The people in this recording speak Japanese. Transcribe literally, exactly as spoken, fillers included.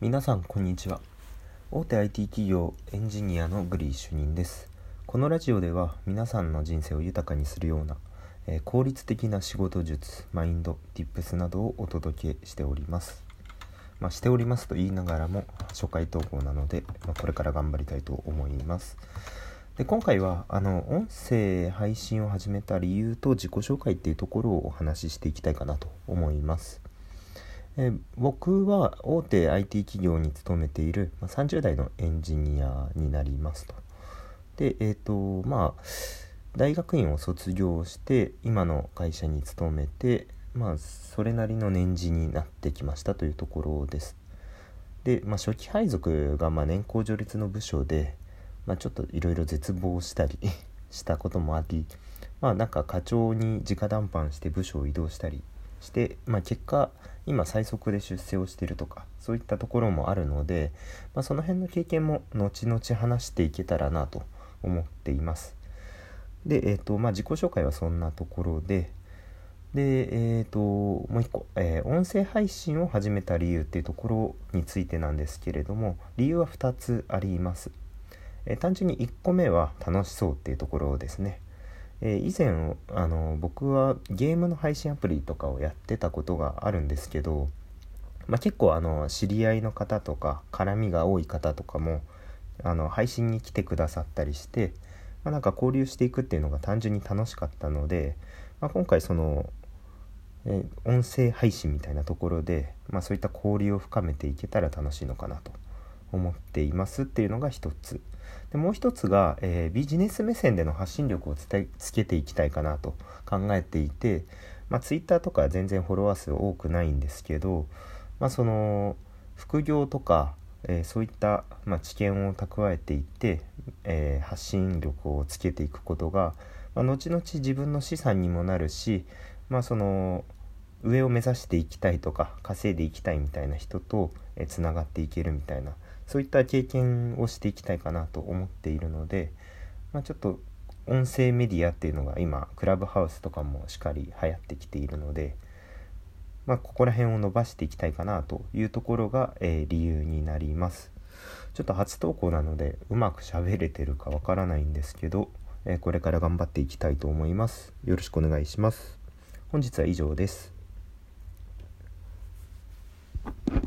皆さんこんにちは。大手 アイティー 企業エンジニアのグリー主任です。このラジオでは皆さんの人生を豊かにするような、えー、効率的な仕事術、マインド、Tips などをお届けしております。まあ、しておりますと言いながらも初回投稿なので、まあ、これから頑張りたいと思います。で今回はあの音声配信を始めた理由と自己紹介っていうところをお話ししていきたいかなと思います。えー僕は大手 アイティー 企業に勤めている、まあ、さんじゅう代のエンジニアになりますと。で、えっと、まあ、大学院を卒業して今の会社に勤めて、まあ、それなりの年次になってきましたというところです。で、まあ、初期配属がまあ年功序列の部署で、まあ、ちょっといろいろ絶望したりしたこともあり、まあ、なんか課長に直談判して部署を移動したりして、まあ、結果今最速で出世をしているとかそういったところもあるので、まあ、その辺の経験も後々話していけたらなと思っています。で、えーとまあ、自己紹介はそんなところで、で、えーともう一個、えー音声配信を始めた理由っていうところについてなんですけれども、理由はふたつあります。えー単純にいっこめは楽しそうっていうところですね。えー以前あの僕はゲームの配信アプリとかをやってたことがあるんですけど、まあ、結構あの知り合いの方とか絡みが多い方とかもあの配信に来てくださったりして、まあ、なんか交流していくっていうのが単純に楽しかったので、まあ、今回その、えー音声配信みたいなところで、まあ、そういった交流を深めていけたら楽しいのかなと思っていますっていうのが一つで、もう一つが、えービジネス目線での発信力をつてつけていきたいかなと考えていて、まあ、Twitter とか全然フォロワー数多くないんですけど、まあ、その副業とか、えーそういった、まあ、知見を蓄えていって、えー発信力をつけていくことが、まあ、後々自分の資産にもなるし、まあ、その上を目指していきたいとか稼いでいきたいみたいな人とつながっていけるみたいな、そういった経験をしていきたいかなと思っているので、まあ、ちょっと音声メディアっていうのが今クラブハウスとかもしっかり流行ってきているので、まあ、ここら辺を伸ばしていきたいかなというところが、えー理由になります。ちょっと初投稿なのでうまく喋れてるかわからないんですけど、えーこれから頑張っていきたいと思います。よろしくお願いします。本日は以上です。